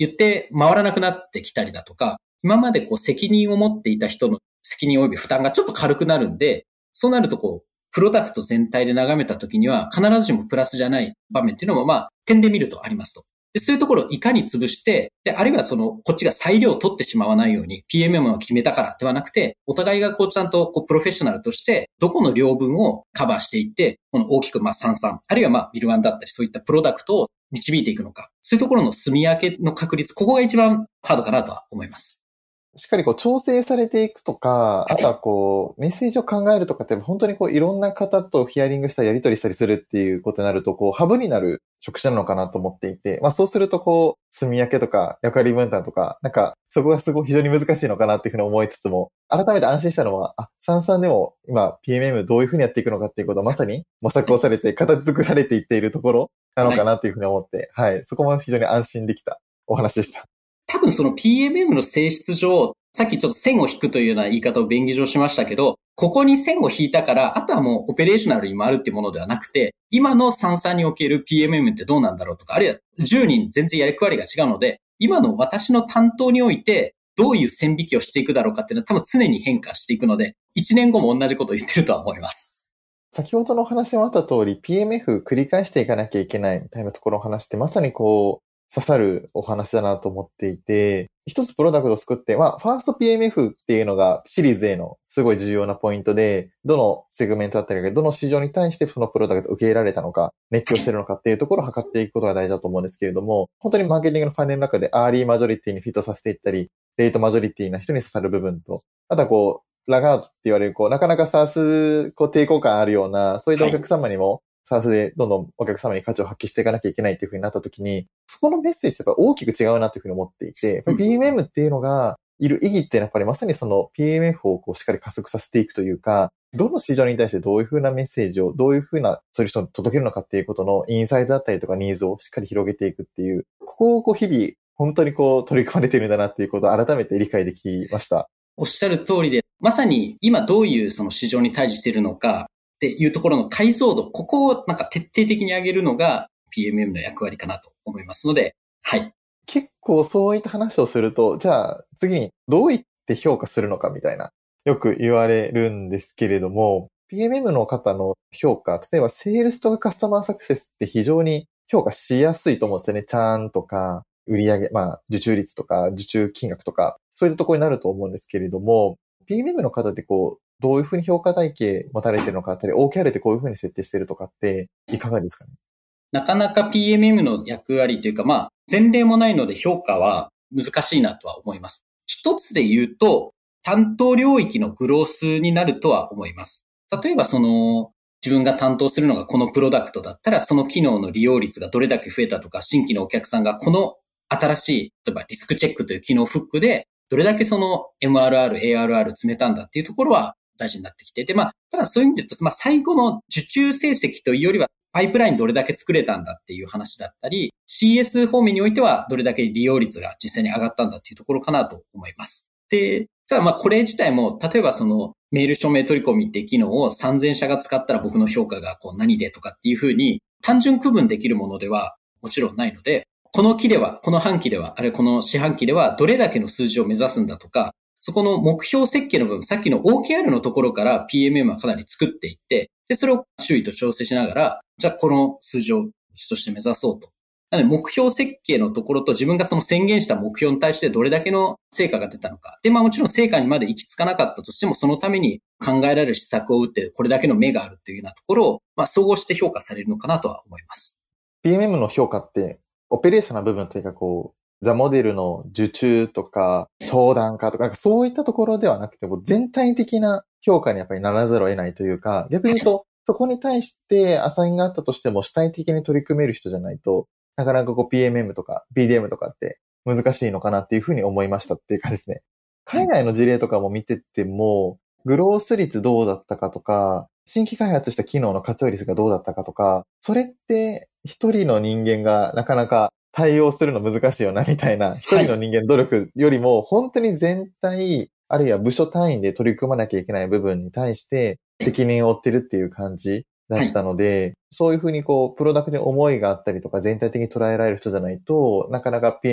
言って回らなくなってきたりだとか、今までこう責任を持っていた人の責任及び負担がちょっと軽くなるんで、そうなるとこう、プロダクト全体で眺めたときには必ずしもプラスじゃない場面っていうのもまあ、点で見るとありますと。で、そういうところをいかに潰して、で、あるいはその、こっちが裁量を取ってしまわないように、ピーエムエム を決めたからではなくて、お互いがこうちゃんとこうプロフェッショナルとして、どこの領分をカバーしていって、この大きくまあ三々、あるいはまあビルワンだったり、そういったプロダクトを導いていくのか、そういうところの住み分けの確率、ここが一番ハードかなとは思います。 しっかりこう調整されていくとか、あとはこう、メッセージを考えるとかって本当にこういろんな方とヒアリングしたりやり取りしたりするっていうことになると、こうハブになる職種なのかなと思っていて、まあそうするとこう、住み分けとか役割分担とか、なんかそこがすごい非常に難しいのかなっていうふうに思いつつも、改めて安心したのは、あ、サンサンでも今 ピーエムエム どういうふうにやっていくのかっていうことをまさに模索をされて形作られていっているところなのかなっていうふうに思って、はい、はい、そこも非常に安心できたお話でした。 多分その ピーエムエム の性質上、さっきちょっと線を引くというような言い方を便宜上しましたけど、ここに線を引いたから、あとはもうオペレーショナルに回るっていうものではなくて、今のサンサンにおける ピーエムエム ってどうなんだろうとか、あるいはじゅうにん全然やりくわりが違うので、今の私の担当において、どういう線引きをしていくだろうかっていうのは多分常に変化していくので、いちねんごも同じことを言ってるとは思います。 先ほどのお話もあった通り、ピーエムエフ 繰り返していかなきゃいけないみたいなところの話ってまさにこう、刺さるお話だなと思っていて、一つプロダクトを作って、まあ、ファースト ピーエムエフ っていうのがシリーズ A のすごい重要なポイントで、どのセグメントだったり、どの市場に対してそのプロダクトを受け入れられたのか、熱狂してるのかっていうところを測っていくことが大事だと思うんですけれども、本当にマーケティングのファンネルの中でアーリーマジョリティにフィットさせていったり、レートマジョリティな人に刺さる部分と、あとはこう、ラガードって言われる、こう、なかなか SaaS、こう、抵抗感あるような、そういったお客様にも、SaaS でどんどんお客様に価値を発揮していかなきゃいけないっていう風になった時に、そこのメッセージってやっぱ大きく違うなという風に思っていて、やっぱり ピーエムエム っていうのがいる意義っていうのはやっぱりまさにその ピーエムエフ をこうしっかり加速させていくというか、どの市場に対してどういう風なメッセージを、どういう風なソリューションを届けるのかっていうことのインサイトだったりとかニーズをしっかり広げていくっていう、ここをこう日々本当にこう取り組まれているんだなっていうことを改めて理解できました。 おっしゃる通りで、まさに今どういうその市場に対峙しているのかっていうところの解像度、ここをなんか徹底的に上げるのが ピーエムエム の役割かなと思いますので、はい。 結構そういった話をすると、じゃあ次にどういって評価するのかみたいな、よく言われるんですけれども、ピーエムエム の方の評価、例えばセールスとかカスタマーサクセスって非常に評価しやすいと思うんですよね。チャーンとか、売上、まあ、受注率とか、受注金額とか、そういったところになると思うんですけれども、ピーエムエム の方ってこう、どういうふうに評価体系持たれているのかあったり、オーケーアール ってこういうふうに設定しているとかって、いかがですかね？ なかなか ピーエムエム の役割というか、まあ、前例もないので評価は難しいなとは思います。一つで言うと、担当領域のグロースになるとは思います。例えばその、自分が担当するのがこのプロダクトだったら、その機能の利用率がどれだけ増えたとか、新規のお客さんがこの新しい、例えばリスクチェックという機能フックで、どれだけその エムアールアール、エーアールアール 詰めたんだっていうところは大事になってきて、で、まあ、ただそういう意味で言うと、まあ、最後の受注成績というよりは、パイプラインどれだけ作れたんだっていう話だったり、シーエス 方面においてはどれだけ利用率が実際に上がったんだっていうところかなと思います。で、ただまあこれ自体も、例えばそのメール署名取り込みって機能をさんぜんしゃが使ったら僕の評価がこう何でとかっていうふうに単純区分できるものではもちろんないので、この期では、この半期では、あるいはこの四半期ではどれだけの数字を目指すんだとか、そこの目標設計の部分、さっきの オーケーアール のところから ピーエムエム はかなり作っていって、で、それを周囲と調整しながら、じゃあこの数字を値として目指そうと。なので目標設計のところと自分がその宣言した目標に対してどれだけの成果が出たのか。で、まあもちろん成果にまで行き着かなかったとしても、そのために考えられる施策を打ってこれだけの目があるっていうようなところを、まあ総合して評価されるのかなとは思います。 ピーエムエム の評価って、オペレーションな部分というかこう、ザモデルの受注とか、商談化とか、なんかそういったところではなくて、全体的な評価にやっぱりならざるを得ないというか、逆に言うと、そこに対してアサインがあったとしても主体的に取り組める人じゃないと、なかなかこう ピーエムエム とか ピーディーエム とかって難しいのかなっていうふうに思いましたっていうかですね。海外の事例とかも見てても、グロース率どうだったかとか、新規開発した機能の活用率がどうだったかとか、それって一人の人間がなかなか対応するの難しいよなみたいな、一人の人間努力よりも本当に全体、あるいは部署単位で取り組まなきゃいけない部分に対して責任を負ってるっていう感じだったので、はい、そういうふうにこう、プロダクトに思いがあったりとか全体的に捉えられる人じゃないと、なかなか ピーエムエム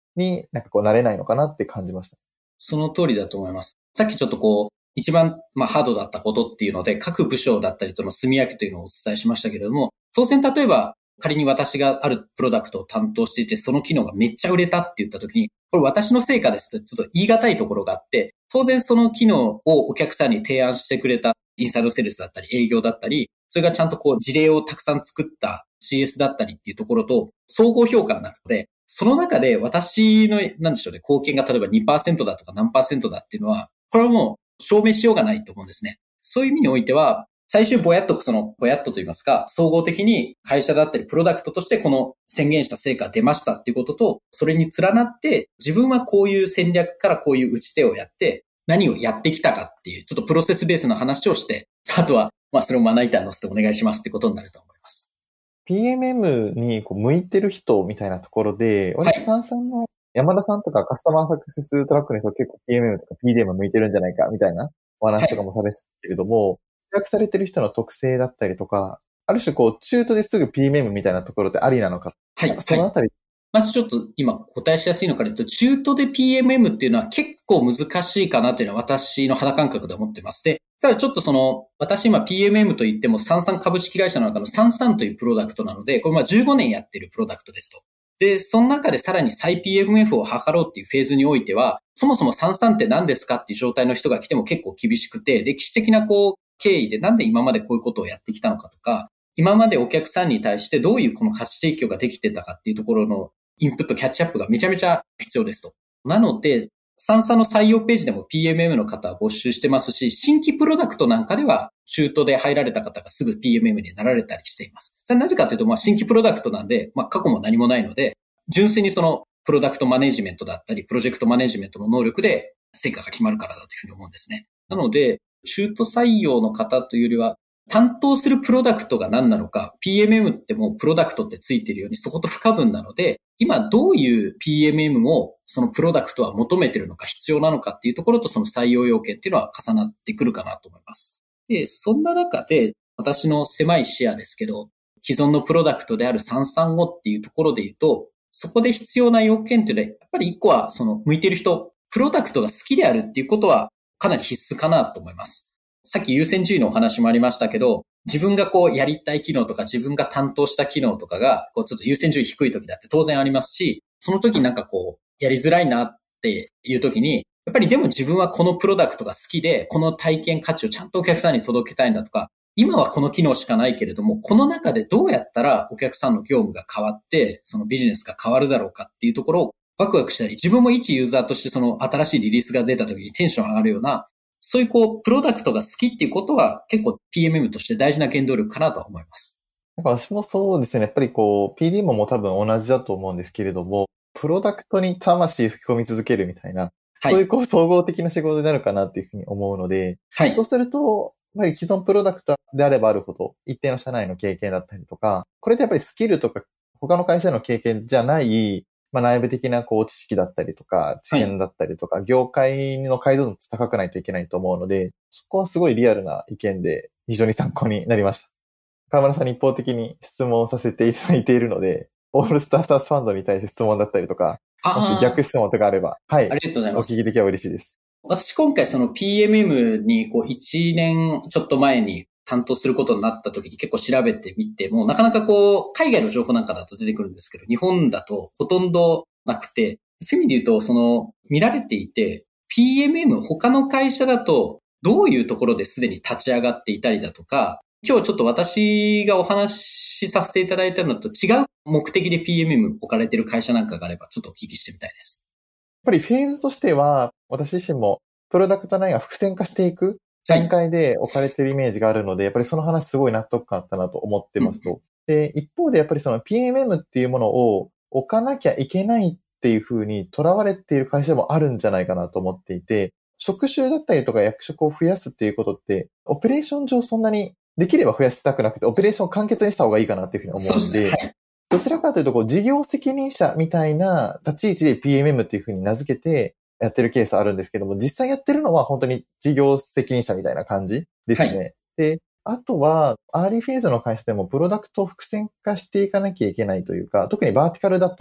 になんかこうなれないのかなって感じました。 その通りだと思います。さっきちょっとこう、一番、まあ、ハードだったことっていうので、各部署だったりとの住み分けというのをお伝えしましたけれども、当然例えば、仮に私があるプロダクトを担当していて、その機能がめっちゃ売れたって言った時に、これ私の成果ですとちょっと言い難いところがあって、当然その機能をお客さんに提案してくれたインスタートセールスだったり営業だったり、それがちゃんとこう事例をたくさん作った シーエス だったりっていうところと総合評価なので、その中で私の、なんでしょうね、貢献が例えば にパーセント だとか何パーセントだっていうのは、これはもう証明しようがないと思うんですね。そういう意味においては、最終ぼやっとそのぼやっとと言いますか、総合的に会社だったりプロダクトとしてこの宣言した成果が出ましたっていうことと、それに連なって自分はこういう戦略からこういう打ち手をやって何をやってきたかっていうちょっとプロセスベースの話をして、あとはまあそれをまな板に乗せてお願いしますってことになると思います。 ピーエムエム にこう向いてる人みたいなところで、割とさんさんの山田さんとかカスタマーサクセストラックにそう結構 ピーエムエム とか ピーディーエム 向いてるんじゃないかみたいなお話とかもされてたけれども、契約されてる人の特性だったりとか、ある種こう中途ですぐ ピーエムエム みたいなところってありなのか。 はい。 そのあたり、はい、 まずちょっと今答えしやすいのから言うと、中途で ピーエムエム っていうのは結構難しいかなっていうのは私の肌感覚で思ってます。で、ただちょっとその、私今 ピーエムエム と言ってもさんさん株式会社の中のさんさんというプロダクトなので、これまあじゅうごねんやってるプロダクトですと。で、その中でさらに再 ピーエムエフ を図ろうっていうフェーズにおいては、そもそもさんさんって何ですかっていう状態の人が来ても結構厳しくて、歴史的なこう、経緯でなんで今までこういうことをやってきたのかとか、今までお客さんに対してどういうこの価値提供ができてたかっていうところのインプットキャッチアップがめちゃめちゃ必要ですと。なので、さんさんの採用ページでも ピーエムエム の方は募集してますし、新規プロダクトなんかでは中途で入られた方がすぐ ピーエムエム になられたりしています。それはなぜかというと、まあ新規プロダクトなんで、まあ過去も何もないので、純粋にそのプロダクトマネジメントだったり、プロジェクトマネジメントの能力で成果が決まるからだというふうに思うんですね。なので、中途採用の方というよりは、担当するプロダクトが何なのか、ピーエムエム ってもうプロダクトってついているようにそこと不可分なので、今どういう ピーエムエム をそのプロダクトは求めているのか必要なのかっていうところとその採用要件っていうのは重なってくるかなと思います。で、そんな中で私の狭い視野ですけど、既存のプロダクトであるさんさんごっていうところで言うと、そこで必要な要件っていうのは、やっぱり一個はその向いている人、プロダクトが好きであるっていうことはかなり必須かなと思います。さっき優先順位のお話もありましたけど、自分がこうやりたい機能とか自分が担当した機能とかがこうちょっと優先順位低い時だって当然ありますし、その時になんかこうやりづらいなっていう時に、やっぱりでも自分はこのプロダクトが好きで、この体験価値をちゃんとお客さんに届けたいんだとか、今はこの機能しかないけれども、この中でどうやったらお客さんの業務が変わって、そのビジネスが変わるだろうかっていうところをワクワクしたり、自分も一ユーザーとしてその新しいリリースが出た時にテンション上がるような、そういうこう、プロダクトが好きっていうことは結構 ピーエムエム として大事な原動力かなと思います。 なんか私もそうですね。やっぱりこう、ピーディーエム も多分同じだと思うんですけれども、プロダクトに魂吹き込み続けるみたいな、はい、そういうこう、総合的な仕事になるかなっていうふうに思うので、はい、そうすると、やっぱり既存プロダクトであればあるほど、一定の社内の経験だったりとか、これってやっぱりスキルとか、他の会社の経験じゃない、まあ、内部的なこう知識だったりとか、知見だったりとか、はい、業界の解像度高くないといけないと思うので、そこはすごいリアルな意見で非常に参考になりました。川村さんに一方的に質問をさせていただいているので、オールスターサースファンドに対して質問だったりとか、もし逆質問とかあれば、はい。 ありがとうございます。 お聞きできれば嬉しいです。 私今回その ピーエムエム にこういちねんちょっと前に担当することになった時に結構調べてみても、なかなかこう、海外の情報なんかだと出てくるんですけど、日本だとほとんどなくて、そういう意味で言うと、その、見られていて、ピーエムエム 他の会社だと、どういうところですでに立ち上がっていたりだとか、今日ちょっと私がお話しさせていただいたのと違う目的で ピーエムエム 置かれている会社なんかがあれば、ちょっとお聞きしてみたいです。 やっぱりフェーズとしては、私自身もプロダクト内が複線化していく段階で置かれているイメージがあるので、はい、やっぱりその話すごい納得感あったなと思ってますと。うん、で、一方でやっぱりその ピーエムエム っていうものを置かなきゃいけないっていう風に囚われている会社もあるんじゃないかなと思っていて、職種だったりとか役職を増やすっていうことって、オペレーション上そんなにできれば増やしたくなくて、オペレーションを簡潔にした方がいいかなっていうふうに思うんで、はい、どちらかというとこう事業責任者みたいな立ち位置で ピーエムエム っていうふうに名付けてやってるケースあるんですけども、実際やってるのは本当に事業責任者みたいな感じですね。はい、で、あとは、アーリーフェーズの会社でもプロダクトを複線化していかなきゃいけないというか、特にバーティカルだと、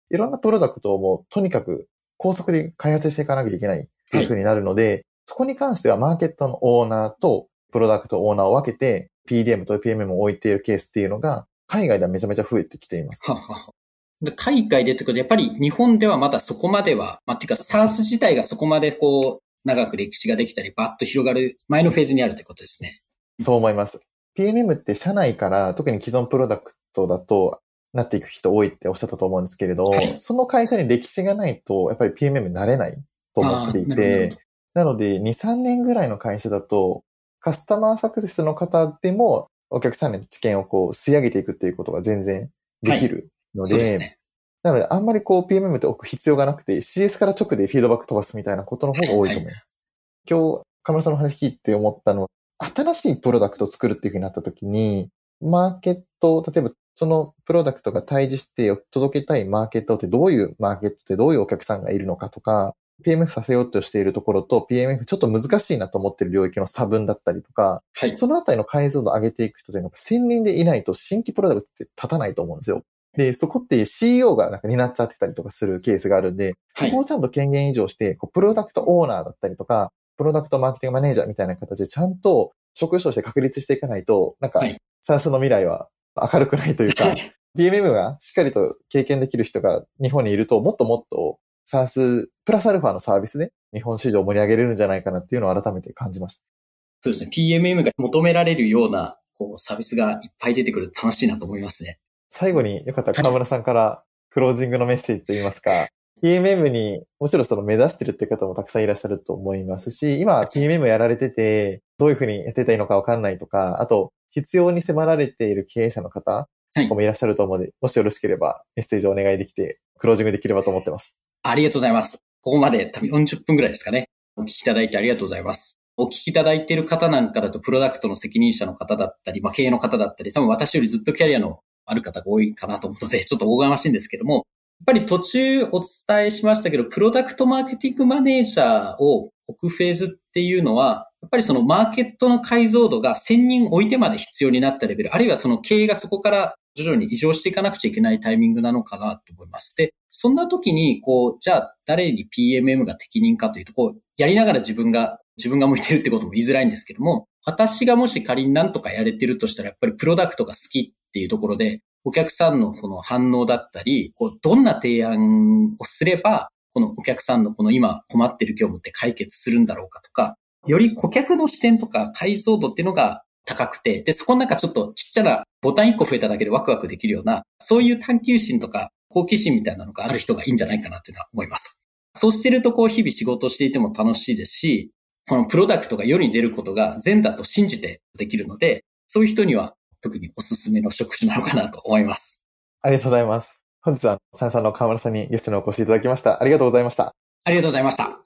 いろんなプロダクトをもうとにかく高速で開発していかなきゃいけないというふうになるので、はい、そこに関してはマーケットのオーナーとプロダクトオーナーを分けて ピーディーエム と ピーエムエム を置いているケースっていうのが海外ではめちゃめちゃ増えてきています。 ははで海外でってことで、やっぱり日本ではまだそこまでは、まあ、っていうか SaaS 自体がそこまでこう長く歴史ができたりバッと広がる前のフェーズにあるということですね。 そう思います。ピーエムエム って社内から特に既存プロダクトだとなっていく人多いっておっしゃったと思うんですけれど、はい、その会社に歴史がないとやっぱり ピーエムエム になれないと思っていて、なのでに、さんねんぐらいの会社だとカスタマーサクセスの方でもお客さんの知見をこう吸い上げていくっていうことが全然できるので、はい、そうですね。なのであんまりこう ピーエムエム って置く必要がなくて シーエス から直でフィードバック飛ばすみたいなことの方が多いと思います。はい、今日河村さんの話聞いて思ったのは、新しいプロダクトを作るっていう風になった時に、マーケット、例えばそのプロダクトが対峙して届けたいマーケットってどういうマーケットでどういうお客さんがいるのかとか、ピーエムエフ させようとしているところと ピーエムエフ ちょっと難しいなと思っている領域の差分だったりとか、はい、そのあたりの解像度を上げていく人というのが専任でいないと新規プロダクトって立たないと思うんですよ。で、そこって シーイーオー がなんか担っちゃってたりとかするケースがあるんで、はい、そこをちゃんと権限移譲して、こうプロダクトオーナーだったりとか、プロダクトマーケティングマネージャーみたいな形でちゃんと職種として確立していかないと、なんか、SaaS の未来は明るくないというか、ピーエムエム がしっかりと経験できる人が日本にいると、もっともっと SaaS プラスアルファのサービスで日本市場を盛り上げれるんじゃないかなっていうのを改めて感じました。 そうですね。ピーエムエム が求められるようなこうサービスがいっぱい出てくると楽しいなと思いますね。 最後によかったら河村さんからクロージングのメッセージといいますか、ピーエムエム にもちろんその目指してるって方もたくさんいらっしゃると思いますし、今 ピーエムエム やられててどういうふうにやってたらいいのかわかんないとか、あと必要に迫られている経営者の方もいらっしゃると思うので、はい、もしよろしければメッセージをお願いできてクロージングできればと思ってます。 ありがとうございます。ここまで多分よんじゅっぷんぐらいですかね。お聞きいただいてありがとうございます。お聞きいただいている方なんかだとプロダクトの責任者の方だったり、まあ、経営の方だったり、多分私よりずっとキャリアのある方が多いかなと思うので、ちょっと大がましいんですけども、やっぱり途中お伝えしましたけど、プロダクトマーケティングマネージャーを置くフェーズっていうのは、やっぱりそのマーケットの解像度がせんにん置いてまで必要になったレベル、あるいはその経営がそこから徐々に移譲していかなくちゃいけないタイミングなのかなと思います。で、そんな時に、こう、じゃあ誰に ピーエムエム が適任かというと、こう、やりながら自分が、自分が向いてるってことも言いづらいんですけども、私がもし仮に何とかやれてるとしたら、やっぱりプロダクトが好きっていうところで、お客さんのその反応だったり、こう、どんな提案をすれば、このお客さんのこの今困ってる業務って解決するんだろうかとか、より顧客の視点とか解像度っていうのが高くて、で、そこの中ちょっとちっちゃなボタンいっこ増えただけでワクワクできるような、そういう探求心とか好奇心みたいなのがある人がいいんじゃないかなというのは思います。そうしてるとこう日々仕事をしていても楽しいですし、このプロダクトが世に出ることが善だと信じてできるので、そういう人には特におすすめの職種なのかなと思います。 ありがとうございます。本日はサンさんの河村さんにゲストにお越しいただきました。ありがとうございました。 ありがとうございました。